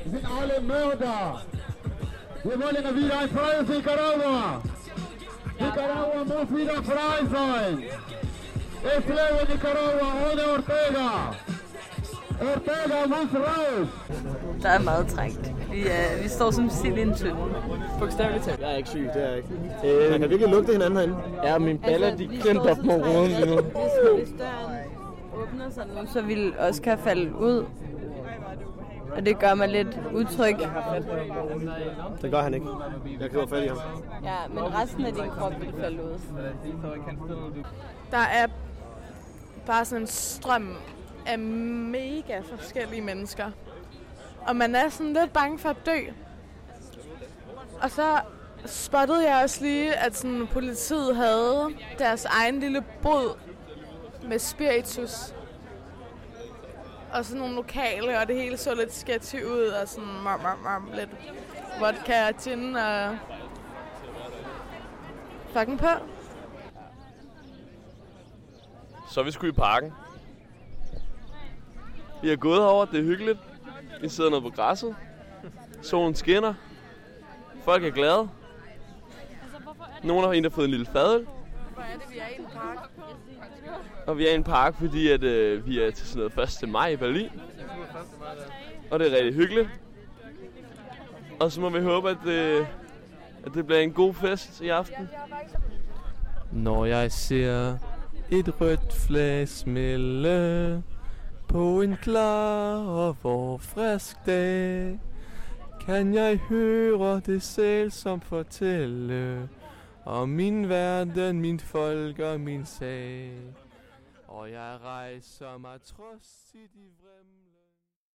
sind alle Mörder. Wir wollen wieder ein freies Nicaragua. Nicaragua muss wieder frei sein. Es lebe Nicaragua ohne Ortega. Ortega muss raus. Der er meget trængt. Vi står som sild i en tynde. Bogstaveligt talt. Jeg er ikke syg, det er jeg ikke. Man kan virkelig lugte hinanden herinde. Ja, mine baller, de klemt op mod ruden lige nu. Hvis døren åbner sig nu, så vil Oscar falde ud. Og det gør mig lidt utryg. Det gør han ikke. Jeg kan fat i ham. Ja, men resten af din krop vil falde ud. Der er bare sådan en strøm af mega forskellige mennesker. Og man er sådan lidt bange for at dø. Og så spottede jeg også lige, at sådan, politiet havde deres egen lille bod med spiritus. Og sådan nogle lokale, og det hele så lidt sketchy ud, og sådan lidt vodka og gin og fucking på. Så er vi sgu i parken. Vi har gået herover, det er hyggeligt. Vi sidder nede på græsset. Solen skinner. Folk er glade. Nogle har endda fået en lille fadøl. Hvor er det, vi er i en park? Og vi er i en park, fordi at, vi er til sådan noget 1. maj i Berlin. Og det er rigtig hyggeligt. Og så må vi håbe, at det bliver en god fest i aften. Når jeg ser et rødt flag smælde på en klar og frisk dag, kan jeg høre det selv som fortælle om min verden, min folk og min sag. Og jeg rejser mig trods i de vremle.